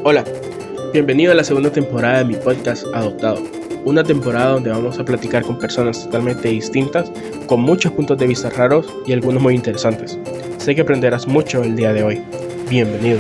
Hola, bienvenido a la segunda temporada de mi podcast Adoptado. Una temporada donde vamos a platicar con personas totalmente distintas, con muchos puntos de vista raros y algunos muy interesantes. Sé que aprenderás mucho el día de hoy. Bienvenido.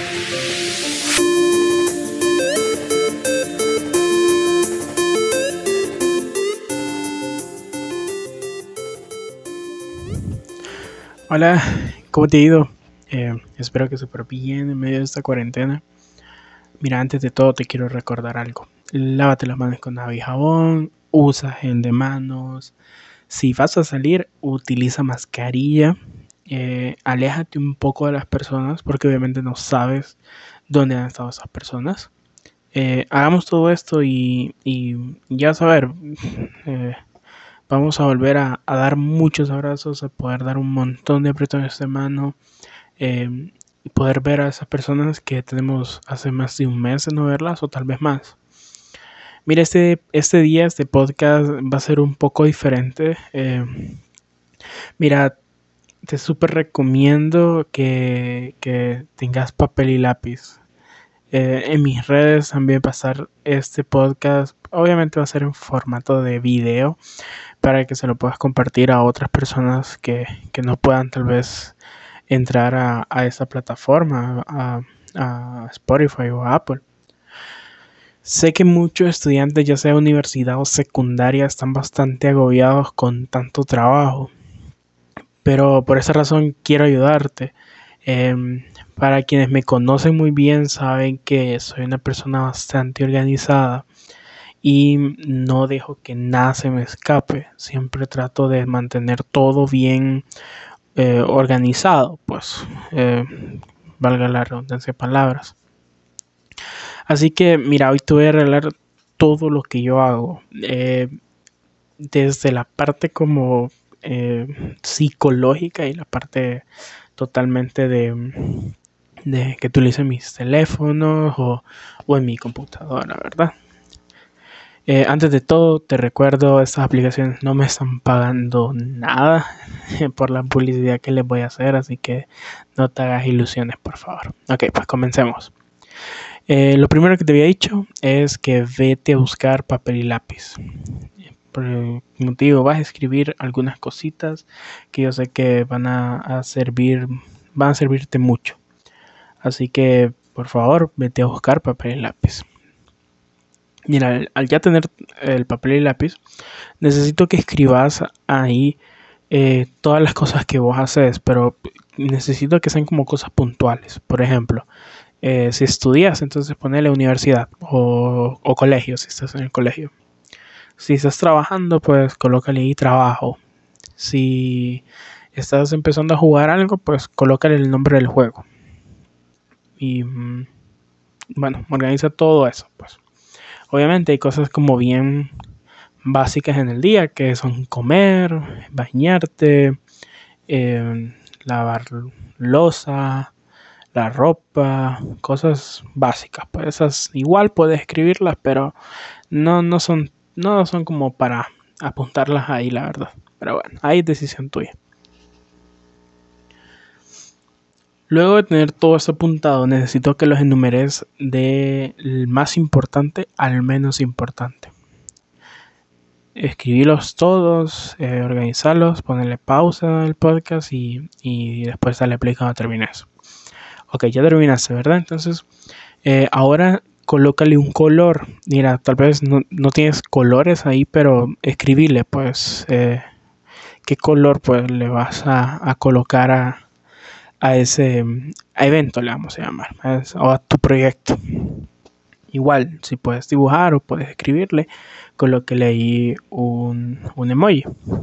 Hola, ¿cómo te ha ido? Espero que súper bien en medio de esta cuarentena. Mira, antes de todo te quiero recordar algo. Lávate las manos con agua y jabón, usa gel de manos. Si vas a salir, utiliza mascarilla. Aléjate un poco de las personas porque obviamente no sabes dónde han estado esas personas. Hagamos todo esto y ya saber, vamos a volver a dar muchos abrazos, a poder dar un montón de apretones de mano. Y poder ver a esas personas que tenemos hace más de un mes de no verlas o tal vez más. Mira, este día, este podcast va a ser un poco diferente. Mira, te súper recomiendo que tengas papel y lápiz. En mis redes también pasar este podcast. Obviamente va a ser en formato de video para que se lo puedas compartir a otras personas que no puedan tal vez entrar a esa plataforma, a Spotify o a Apple. Sé que muchos estudiantes, ya sea universidad o secundaria, están bastante agobiados con tanto trabajo, pero por esa razón quiero ayudarte. Para quienes me conocen muy bien saben que soy una persona bastante organizada y no dejo que nada se me escape. Siempre trato de mantener todo bien organizado, pues valga la redundancia de palabras. Así que mira, hoy te voy a revelar todo lo que yo hago, desde la parte como psicológica y la parte totalmente de que utilice mis teléfonos o en mi computadora, ¿verdad? Antes de todo, te recuerdo, estas aplicaciones no me están pagando nada por la publicidad que les voy a hacer, así que no te hagas ilusiones, por favor. Ok, pues comencemos. Lo primero que te había dicho es que vete a buscar papel y lápiz. Por el motivo, vas a escribir algunas cositas que yo sé que van a servirte mucho. Así que, por favor, vete a buscar papel y lápiz. Mira, al ya tener el papel y lápiz, necesito que escribas ahí todas las cosas que vos haces, pero necesito que sean como cosas puntuales. Por ejemplo, si estudias, entonces ponele universidad o colegio, si estás en el colegio. Si estás trabajando, pues colócale ahí trabajo. Si estás empezando a jugar algo, pues colócale el nombre del juego. Y bueno, organiza todo eso, pues. Obviamente hay cosas como bien básicas en el día, que son comer, bañarte, lavar loza, la ropa, cosas básicas. Pues esas igual puedes escribirlas, pero no son como para apuntarlas ahí, la verdad. Pero bueno, ahí es decisión tuya. Luego de tener todo esto apuntado, necesito que los enumeres del más importante al menos importante. Escribirlos todos, organizarlos, ponerle pausa al podcast y después darle play cuando termines. Ok, ya terminaste, ¿verdad? Entonces, ahora colócale un color. Mira, tal vez no tienes colores ahí, pero escribile, pues, qué color pues le vas a colocar a ese evento, le vamos a llamar, o a tu proyecto. Igual, si puedes dibujar o puedes escribirle, colóquele ahí un emoji.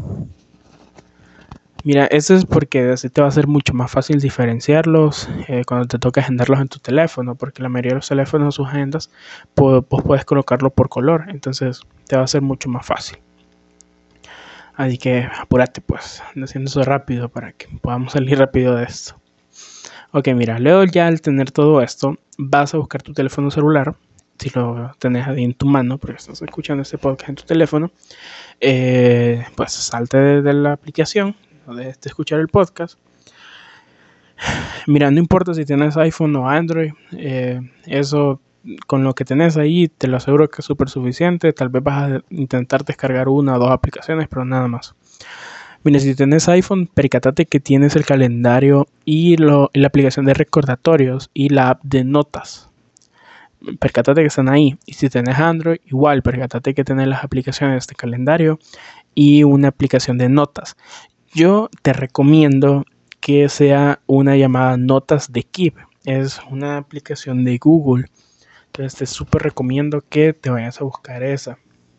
Mira, eso es porque así te va a ser mucho más fácil diferenciarlos cuando te toque agendarlos en tu teléfono, porque la mayoría de los teléfonos, sus agendas, vos puedes colocarlo por color, entonces te va a ser mucho más fácil. Así que apúrate, pues, haciendo eso rápido para que podamos salir rápido de esto. Ok, mira, luego ya al tener todo esto, vas a buscar tu teléfono celular, si lo tenés ahí en tu mano, porque estás escuchando este podcast en tu teléfono, pues salte de la aplicación, no dejes de escuchar el podcast, Mira, no importa si tienes iPhone o Android, eso con lo que tenés ahí te lo aseguro que es súper suficiente. Tal vez vas a intentar descargar una o dos aplicaciones, pero nada más. Mira, si tienes iPhone, percátate que tienes el calendario y la aplicación de recordatorios y la app de notas. Percátate que están ahí. Y si tienes Android, igual, percátate que tienes las aplicaciones de calendario y una aplicación de notas. Yo te recomiendo que sea una llamada Notas de Keep. Es una aplicación de Google. Entonces te súper recomiendo que te vayas a buscar esa.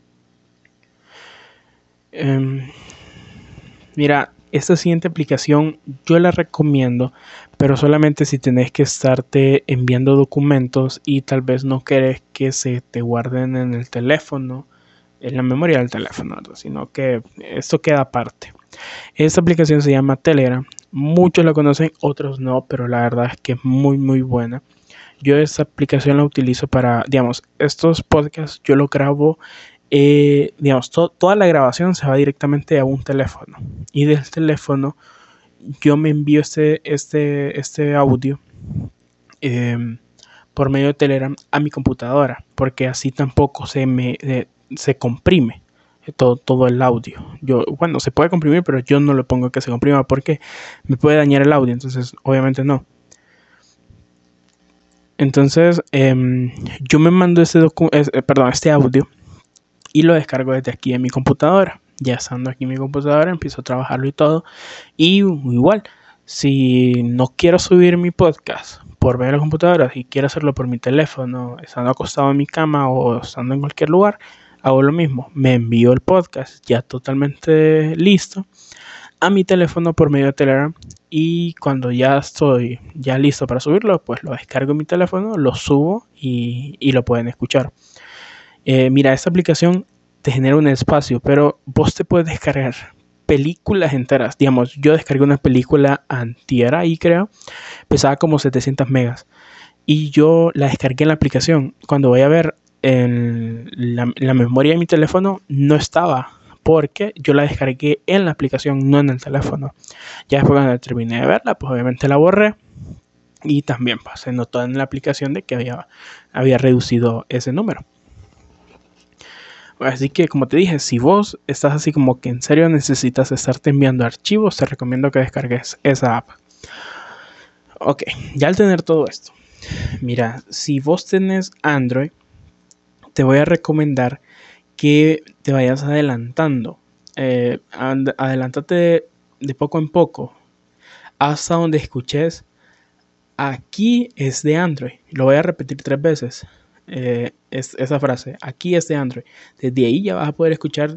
Mira, esta siguiente aplicación yo la recomiendo, pero solamente si tenés que estarte enviando documentos y tal vez no querés que se te guarden en el teléfono, en la memoria del teléfono, ¿verdad? Sino que esto queda aparte. Esta aplicación se llama Telegram. Muchos la conocen, otros no, pero la verdad es que es muy, muy buena. Yo esta aplicación la utilizo para, digamos, estos podcasts yo lo grabo, digamos, toda la grabación se va directamente a un teléfono. Y del teléfono yo me envío este audio por medio de Telegram a mi computadora, porque así tampoco se comprime todo el audio. Bueno, se puede comprimir, pero yo no lo pongo que se comprima porque me puede dañar el audio, entonces obviamente no. Entonces yo me mando este audio y lo descargo desde aquí en mi computadora. Ya estando aquí en mi computadora empiezo a trabajarlo y todo. Y igual, si no quiero subir mi podcast por medio de la computadora y quiero hacerlo por mi teléfono, estando acostado en mi cama o estando en cualquier lugar, hago lo mismo. Me envío el podcast ya totalmente listo a mi teléfono por medio de Telegram, y cuando ya estoy ya listo para subirlo, pues lo descargo en mi teléfono, lo subo y lo pueden escuchar. Mira, esta aplicación te genera un espacio, pero vos te puedes descargar películas enteras. Digamos, yo descargué una película antier ahí, creo, pesaba como 700 megas y yo la descargué en la aplicación. Cuando voy a ver en la memoria de mi teléfono, no estaba, porque yo la descargué en la aplicación, no en el teléfono. Ya después cuando terminé de verla, pues obviamente la borré y también pues, se notó en la aplicación de que había reducido ese número. Así que como te dije, si vos estás así como que en serio necesitas estarte enviando archivos, te recomiendo que descargues esa app. Ok, ya al tener todo esto, mira, si vos tenés Android, te voy a recomendar que te vayas adelantando. Adelántate de poco en poco hasta donde escuches aquí es de Android. Lo voy a repetir 3 veces. Esa frase, aquí es de Android. Desde ahí ya vas a poder escuchar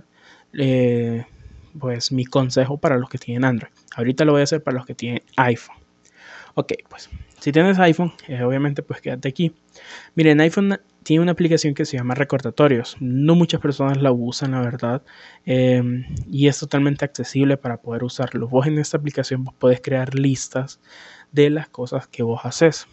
pues mi consejo para los que tienen Android. Ahorita lo voy a hacer para los que tienen iPhone. Ok, pues si tienes iPhone, obviamente pues quédate aquí. Miren, iPhone tiene una aplicación que se llama Recordatorios. No muchas personas la usan, la verdad. Y es totalmente accesible para poder usarlo. Vos en esta aplicación vos podés crear listas de las cosas que vos haces.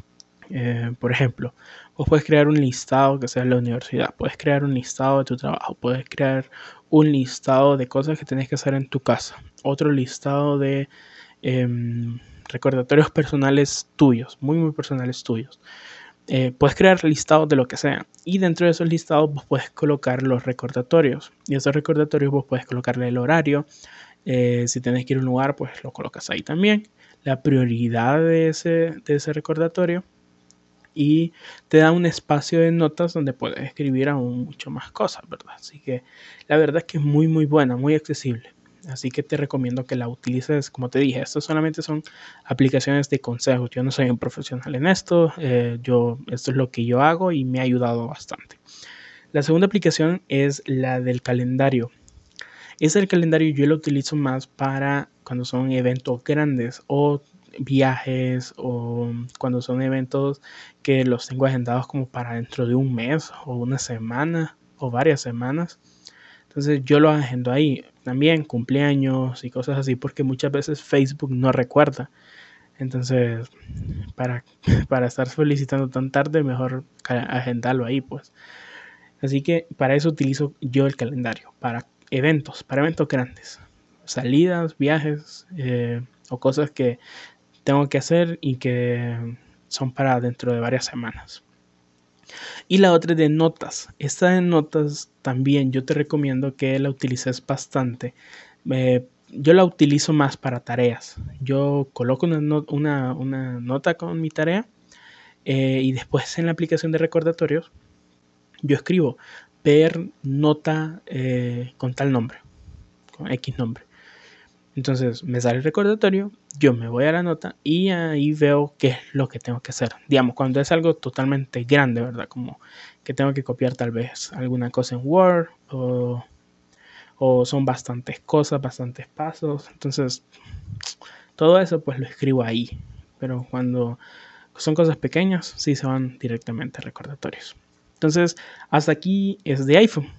Por ejemplo, vos puedes crear un listado que sea de la universidad, puedes crear un listado de tu trabajo, puedes crear un listado de cosas que tenés que hacer en tu casa, otro listado de recordatorios personales tuyos, muy muy personales tuyos. Puedes crear listados de lo que sea, y dentro de esos listados vos puedes colocar los recordatorios, y esos recordatorios vos puedes colocarle el horario. Si tenés que ir a un lugar, pues lo colocas ahí también, la prioridad de ese recordatorio, y te da un espacio de notas donde puedes escribir aún mucho más cosas, ¿verdad? Así que la verdad es que es muy muy buena, muy accesible. Así que te recomiendo que la utilices. Como te dije, estos solamente son aplicaciones de consejos. Yo no soy un profesional en esto. Esto es lo que yo hago y me ha ayudado bastante. La segunda aplicación es la del calendario. Ese calendario yo lo utilizo más para cuando son eventos grandes o viajes, o cuando son eventos que los tengo agendados como para dentro de un mes o una semana o varias semanas. Entonces yo lo agendo ahí. También cumpleaños y cosas así, porque muchas veces Facebook no recuerda. Entonces, para, para estar felicitando tan tarde, mejor agendarlo ahí, pues. Así que para eso utilizo yo el calendario, para eventos grandes. Salidas, viajes o cosas que tengo que hacer y que son para dentro de varias semanas. Y la otra es de notas. Esta de notas también yo te recomiendo que la utilices bastante. Yo la utilizo más para tareas. Yo coloco una nota con mi tarea y después en la aplicación de recordatorios yo escribo ver nota con tal nombre, con X nombre. Entonces me sale el recordatorio, yo me voy a la nota y ahí veo qué es lo que tengo que hacer. Digamos, cuando es algo totalmente grande, ¿verdad? Como que tengo que copiar tal vez alguna cosa en Word o son bastantes cosas, bastantes pasos. Entonces, todo eso pues lo escribo ahí. Pero cuando son cosas pequeñas, sí se van directamente a recordatorios. Entonces, hasta aquí es de iPhone.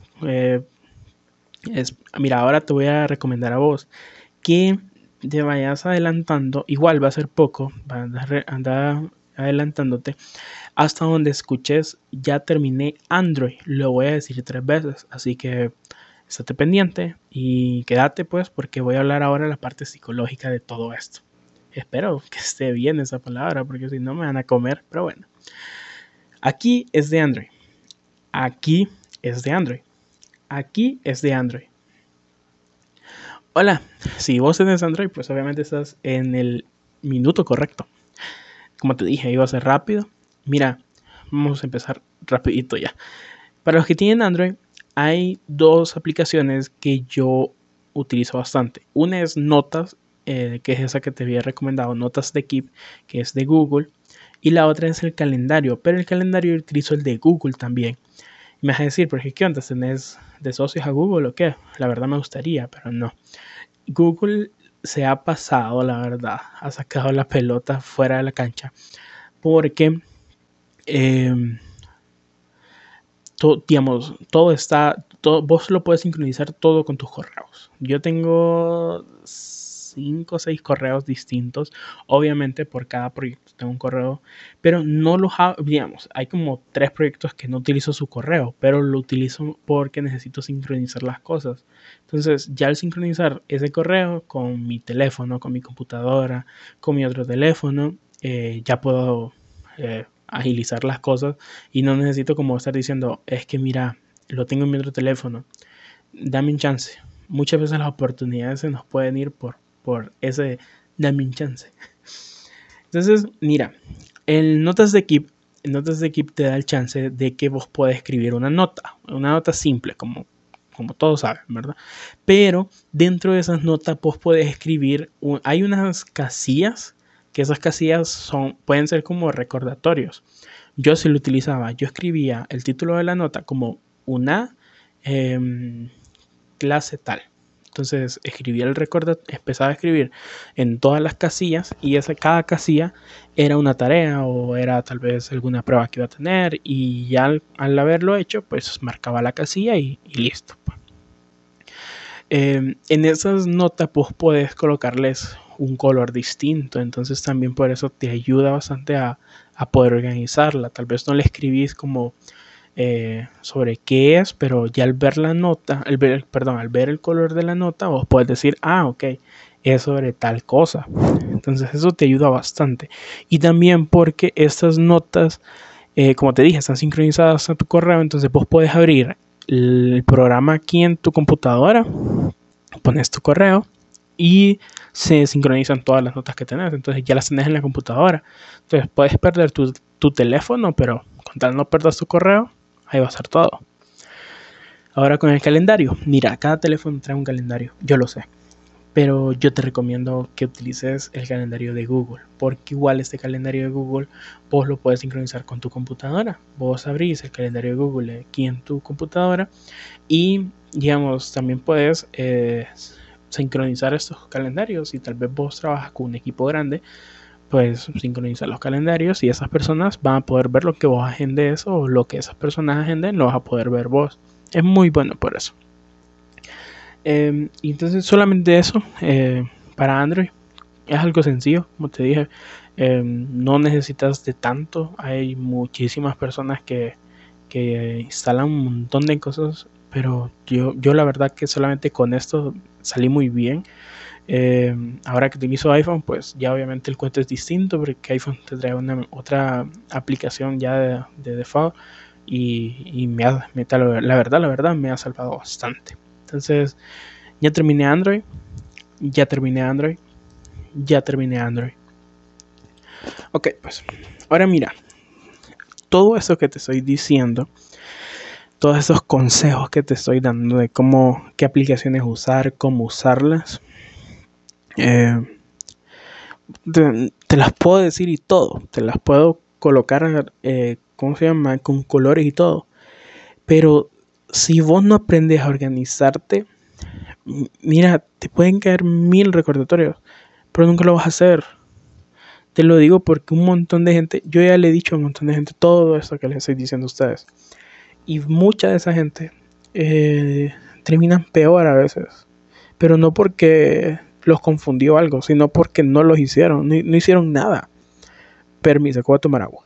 Mira, ahora te voy a recomendar a vos que te vayas adelantando, igual va a ser poco, va a andar adelantándote hasta donde escuches ya terminé Android, lo voy a decir 3 veces, así que estate pendiente y quédate pues porque voy a hablar ahora de la parte psicológica de todo esto. Espero que esté bien esa palabra porque si no me van a comer, pero bueno. Aquí es de Android, aquí es de Android, aquí es de Android. Hola, si vos tenés Android, pues obviamente estás en el minuto correcto. Como te dije, iba a ser rápido. Mira, vamos a empezar rapidito ya. Para los que tienen Android, hay 2 aplicaciones que yo utilizo bastante. Una es Notas, que es esa que te había recomendado, Notas de Keep, que es de Google. Y la otra es el calendario, pero el calendario yo utilizo el de Google también. Y me vas a decir, ¿por qué onda? ¿Tenés de socios a Google o qué? La verdad me gustaría, pero no. Google se ha pasado, la verdad, ha sacado la pelota fuera de la cancha. Porque, digamos, vos lo puedes sincronizar todo con tus correos. Yo tengo 5 o 6 correos distintos. Obviamente por cada proyecto tengo un correo, pero no los hago, digamos, hay como 3 proyectos que no utilizo su correo, pero lo utilizo porque necesito sincronizar las cosas. Entonces ya al sincronizar ese correo con mi teléfono, con mi computadora, con mi otro teléfono, ya puedo agilizar las cosas y no necesito como estar diciendo, es que mira, lo tengo en mi otro teléfono, dame un chance. Muchas veces las oportunidades se nos pueden ir por ese dame un chance. Entonces, mira, el Notas de Keep te da el chance de que vos puedas escribir una nota simple, como todos saben, ¿verdad? Pero dentro de esas notas vos podés escribir, hay unas casillas, que esas casillas pueden ser como recordatorios. Yo sí lo utilizaba, yo escribía el título de la nota como una clase tal. Entonces escribía empezaba a escribir en todas las casillas y cada casilla era una tarea o era tal vez alguna prueba que iba a tener y ya al haberlo hecho pues marcaba la casilla y listo. En esas notas vos puedes colocarles un color distinto, entonces también por eso te ayuda bastante a poder organizarla. Tal vez no le escribís como sobre qué es, pero ya al ver la nota, al ver el color de la nota, vos puedes decir, ok, es sobre tal cosa. Entonces eso te ayuda bastante. Y también porque estas notas, como te dije, están sincronizadas a tu correo, entonces vos puedes abrir el programa aquí en tu computadora, pones tu correo y se sincronizan todas las notas que tenés, entonces ya las tenés en la computadora. Entonces puedes perder tu teléfono, pero con tal no perdas tu correo, ahí va a estar todo. Ahora con el calendario, mira, cada teléfono trae un calendario, yo lo sé, pero yo te recomiendo que utilices el calendario de Google, porque igual este calendario de Google vos lo puedes sincronizar con tu computadora. Vos abrís el calendario de Google aquí en tu computadora y, digamos, también puedes sincronizar estos calendarios. Y tal vez vos trabajas con un equipo grande, pues sincronizar los calendarios y esas personas van a poder ver lo que vos agendes o lo que esas personas agenden lo vas a poder ver vos. Es muy bueno por eso. Y entonces solamente eso para Android es algo sencillo, como te dije. No necesitas de tanto. Hay muchísimas personas que instalan un montón de cosas, pero yo la verdad que solamente con esto salí muy bien. Ahora que utilizo iPhone, pues ya obviamente el cuento es distinto porque iPhone te trae otra aplicación ya de default y la verdad me ha salvado bastante. Entonces ya terminé Android, ya terminé Android, ya terminé Android. Ok, pues ahora mira, todo eso que te estoy diciendo, todos esos consejos que te estoy dando de qué aplicaciones usar, cómo usarlas, te las puedo decir y todo, te las puedo colocar, ¿cómo se llama? Con colores y todo. Pero si vos no aprendes a organizarte, mira, te pueden caer 1000 recordatorios, pero nunca lo vas a hacer. Te lo digo porque un montón de gente, yo ya le he dicho a un montón de gente todo esto que les estoy diciendo a ustedes. Y mucha de esa gente terminan peor a veces. Pero no porque los confundió algo, sino porque no los hicieron, no hicieron nada. Permiso, que voy a tomar agua.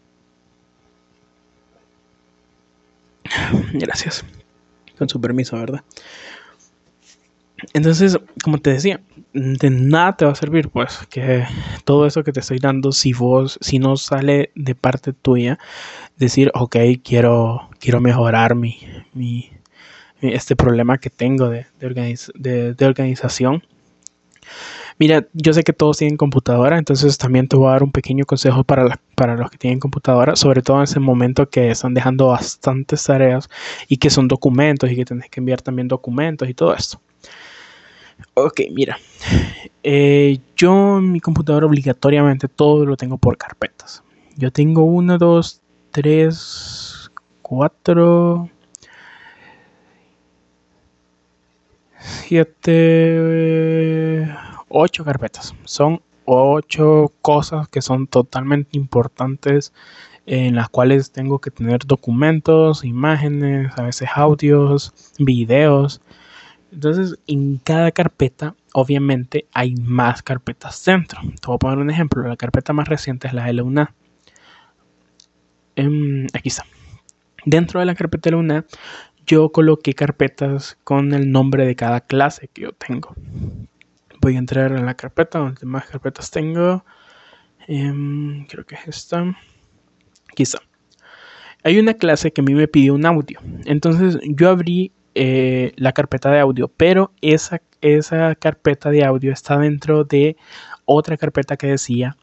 Gracias. Con su permiso, ¿verdad? Entonces, como te decía, de nada te va a servir, pues, que todo eso que te estoy dando, si no sale de parte tuya, decir, ok, quiero mejorar este problema que tengo de organización. Mira, yo sé que todos tienen computadora, entonces también te voy a dar un pequeño consejo para los que tienen computadora, sobre todo en ese momento que están dejando bastantes tareas y que son documentos y que tienes que enviar también documentos y todo esto. Ok, mira, yo en mi computadora obligatoriamente todo lo tengo por carpetas. Yo tengo 1, 2, 3, 4, 7, 8 carpetas. Son 8 cosas que son totalmente importantes, en las cuales tengo que tener documentos, imágenes, a veces audios, videos. Entonces, en cada carpeta, obviamente, hay más carpetas dentro. Te voy a poner un ejemplo. La carpeta más reciente es la L1A. Aquí está. Dentro de la carpeta L1A, yo coloqué carpetas con el nombre de cada clase que yo tengo. Voy a entrar en la carpeta donde más carpetas tengo. Creo que es esta. Aquí está. Hay una clase que a mí me pidió un audio. Entonces, yo abrí la carpeta de audio, pero esa carpeta de audio está dentro de otra carpeta que decía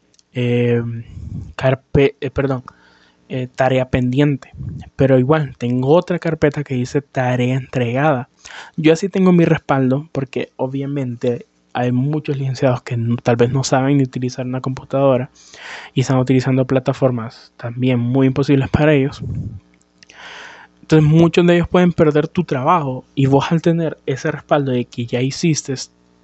tarea pendiente, pero igual tengo otra carpeta que dice tarea entregada. Yo así tengo mi respaldo porque obviamente hay muchos licenciados que tal vez no saben ni utilizar una computadora y están utilizando plataformas también muy imposibles para ellos. Entonces muchos de ellos pueden perder tu trabajo y vos al tener ese respaldo de que ya hiciste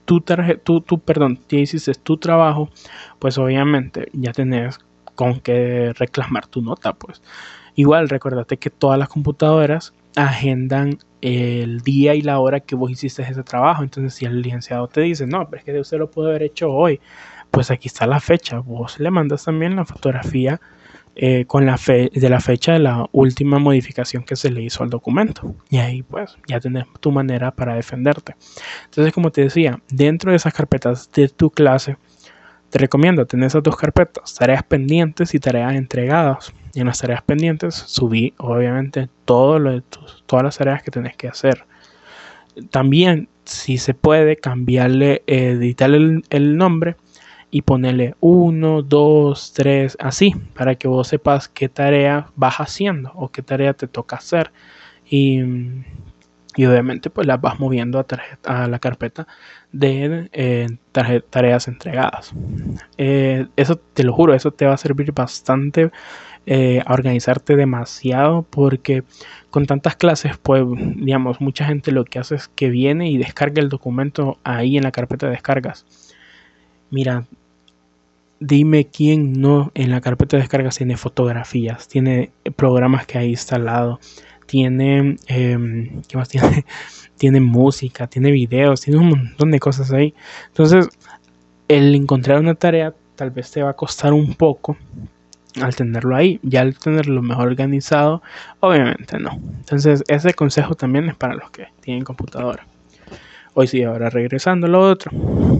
ya hiciste tu trabajo, pues obviamente ya tenés con qué reclamar tu nota, pues. Igual, recordate que todas las computadoras agendan el día y la hora que vos hiciste ese trabajo. Entonces, si el licenciado te dice, no, pero es que usted lo puede haber hecho hoy, pues aquí está la fecha. Vos le mandas también la fotografía con la fecha de la última modificación que se le hizo al documento. Y ahí pues ya tenés tu manera para defenderte. Entonces, como te decía, dentro de esas carpetas de tu clase, te recomiendo tener esas dos carpetas, tareas pendientes y tareas entregadas. Y en las tareas pendientes subí obviamente todas las tareas que tenés que hacer. También, si se puede, cambiarle, editarle el nombre y ponerle 1, 2, 3, así, para que vos sepas qué tarea vas haciendo o qué tarea te toca hacer. Y obviamente pues las vas moviendo a la carpeta de tareas entregadas. Eso te lo juro, eso te va a servir bastante a organizarte demasiado, porque con tantas clases pues digamos mucha gente lo que hace es que viene y descarga el documento ahí en la carpeta de descargas. Mira, dime quién no en la carpeta de descargas tiene fotografías, tiene programas que hay instalado, tiene, ¿qué más tiene? Tiene música, tiene videos, tiene un montón de cosas ahí. Entonces, el encontrar una tarea tal vez te va a costar un poco al tenerlo ahí. Ya al tenerlo mejor organizado, obviamente no. Entonces, ese consejo también es para los que tienen computadora. Hoy sí, ahora regresando a lo otro.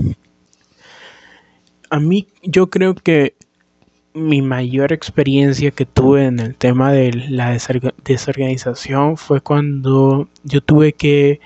A mí, yo creo que mi mayor experiencia que tuve en el tema de la desorganización fue cuando yo tuve que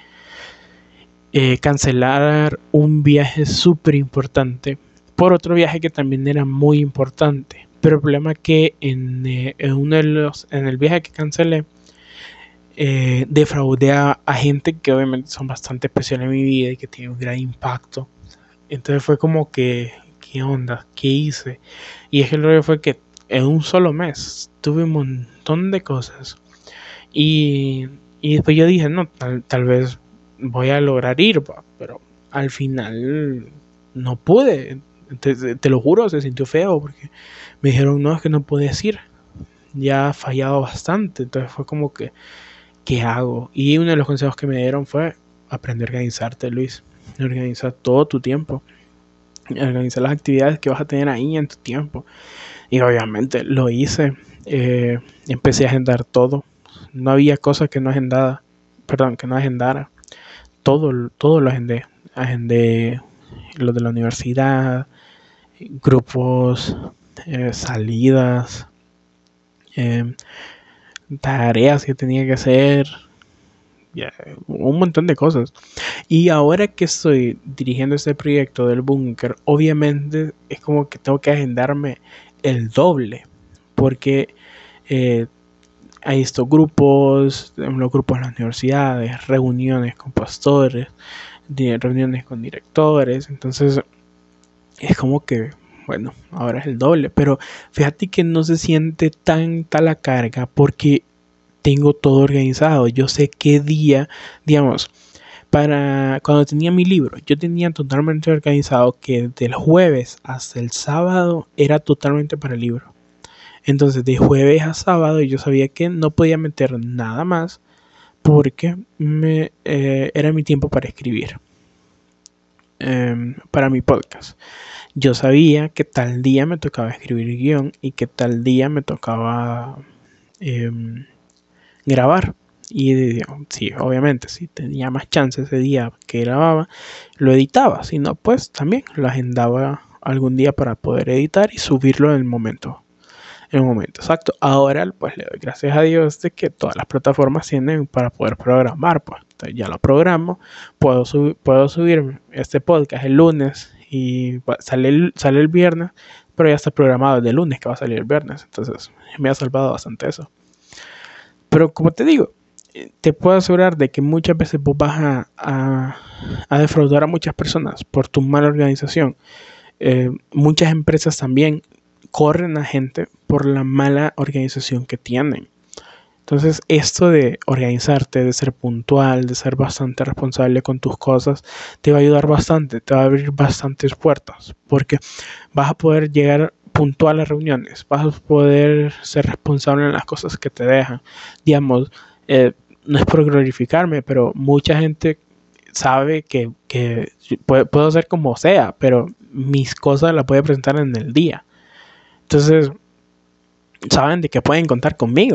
cancelar un viaje súper importante por otro viaje que también era muy importante. Pero el problema es que en el viaje que cancelé, defraudé a gente que obviamente son bastante especiales en mi vida y que tienen un gran impacto. Entonces fue como que, ¿qué onda? ¿Qué hice? Y es que el rollo fue que en un solo mes tuve un montón de cosas. Y, y después yo dije, no, tal vez voy a lograr ir, pero al final no pude. Te lo juro, se sintió feo porque me dijeron, no, es que no puedes ir. Ya ha fallado bastante. Entonces fue como que, ¿qué hago? Y uno de los consejos que me dieron fue aprender a organizarte, Luis. Organizar todo tu tiempo. Organizar las actividades que vas a tener ahí en tu tiempo. Y obviamente lo hice. Empecé a agendar todo. No había cosa que no agendara. Todo lo agendé. Agendé lo de la universidad, grupos, salidas, eh, tareas que tenía que hacer, un montón de cosas. Y ahora que estoy dirigiendo este proyecto del búnker, obviamente es como que tengo que agendarme el doble, porque hay estos grupos, los grupos en las universidades, reuniones con pastores, reuniones con directores. Entonces es como que, bueno, ahora es el doble. Pero fíjate que no se siente tanta la carga porque tengo todo organizado. Yo sé qué día, digamos, para cuando tenía mi libro, yo tenía totalmente organizado que del jueves hasta el sábado era totalmente para el libro. Entonces de jueves a sábado yo sabía que no podía meter nada más porque era mi tiempo para escribir, para mi podcast. Yo sabía que tal día me tocaba escribir guión y que tal día me tocaba grabar. Y sí, obviamente, si tenía más chance ese día que grababa, lo editaba. Si no, pues también lo agendaba algún día para poder editar y subirlo en el momento exacto. Ahora pues le doy gracias a Dios de que todas las plataformas tienen para poder programar, pues entonces ya lo programo, puedo subir este podcast el lunes y sale el viernes, pero ya está programado desde el lunes que va a salir el viernes. Entonces me ha salvado bastante eso. Pero como te digo, te puedo asegurar de que muchas veces vos vas a defraudar a muchas personas por tu mala organización. Muchas empresas también corren a gente por la mala organización que tienen. Entonces, esto de organizarte, de ser puntual, de ser bastante responsable con tus cosas, te va a ayudar bastante, te va a abrir bastantes puertas, porque vas a poder llegar puntual a reuniones, vas a poder ser responsable en las cosas que te dejan. Digamos, no es por glorificarme, pero mucha gente sabe que puedo ser como sea, pero mis cosas las voy a presentar en el día. Entonces, saben de que pueden contar conmigo.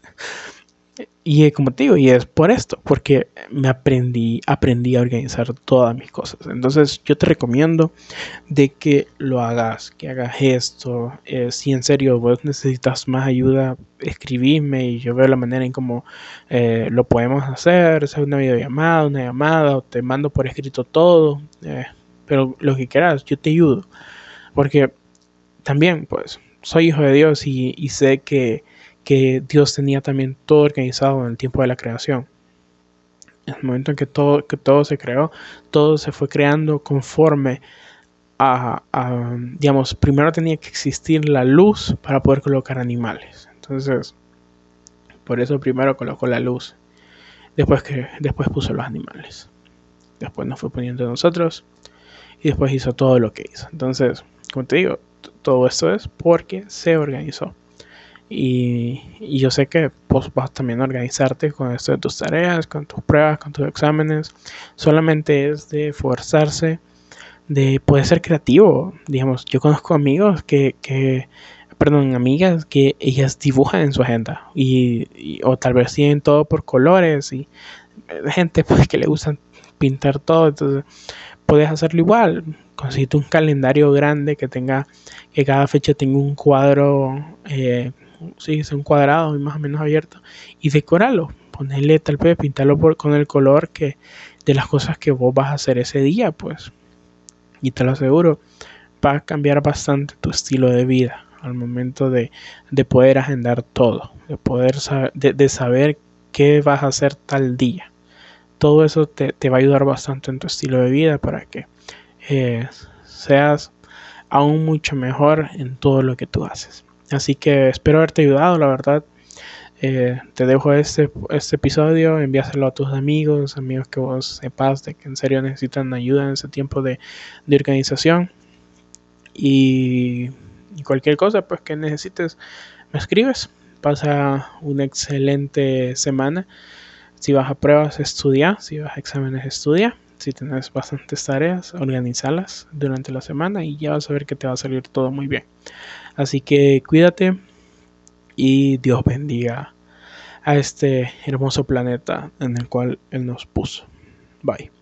Y como te digo, y es por esto, porque aprendí a organizar todas mis cosas. Entonces, yo te recomiendo de que lo hagas, que hagas esto. Si en serio vos necesitas más ayuda, escribime y yo veo la manera en cómo lo podemos hacer, sea una videollamada, una llamada, o te mando por escrito todo. Pero lo que quieras, yo te ayudo. Porque también, pues, soy hijo de Dios y sé que Dios tenía también todo organizado en el tiempo de la creación. En el momento en que todo se creó, todo se fue creando conforme digamos, primero tenía que existir la luz para poder colocar animales. Entonces, por eso primero colocó la luz, después puso los animales, después nos fue poniendo nosotros y después hizo todo lo que hizo. Entonces, como te digo, todo esto es porque se organizó. Y yo sé que vos vas también a organizarte con esto de tus tareas, con tus pruebas, con tus exámenes. Solamente es de esforzarse, de poder ser creativo. Digamos, yo conozco amigas que ellas dibujan en su agenda o tal vez tienen todo por colores y gente pues que le gustan pintar todo. Entonces puedes hacerlo igual. Consiste un calendario grande que cada fecha tenga un cuadro, sí, es un cuadrado más o menos abierto, y decorarlo, ponerle tal vez, pintarlo con el color de las cosas que vos vas a hacer ese día, pues. Y te lo aseguro, va a cambiar bastante tu estilo de vida al momento de poder agendar todo, de poder de saber qué vas a hacer tal día. Todo eso te va a ayudar bastante en tu estilo de vida para que seas aún mucho mejor en todo lo que tú haces. Así que espero haberte ayudado, la verdad. Te dejo este episodio, envíaselo a tus amigos que vos sepas de que en serio necesitan ayuda en ese tiempo de organización. Y cualquier cosa pues que necesites, me escribes. Pasa una excelente semana. Si vas a pruebas, estudia. Si vas a exámenes, estudia. Si tienes bastantes tareas, organizalas durante la semana y ya vas a ver que te va a salir todo muy bien. Así que cuídate y Dios bendiga a este hermoso planeta en el cual Él nos puso. Bye.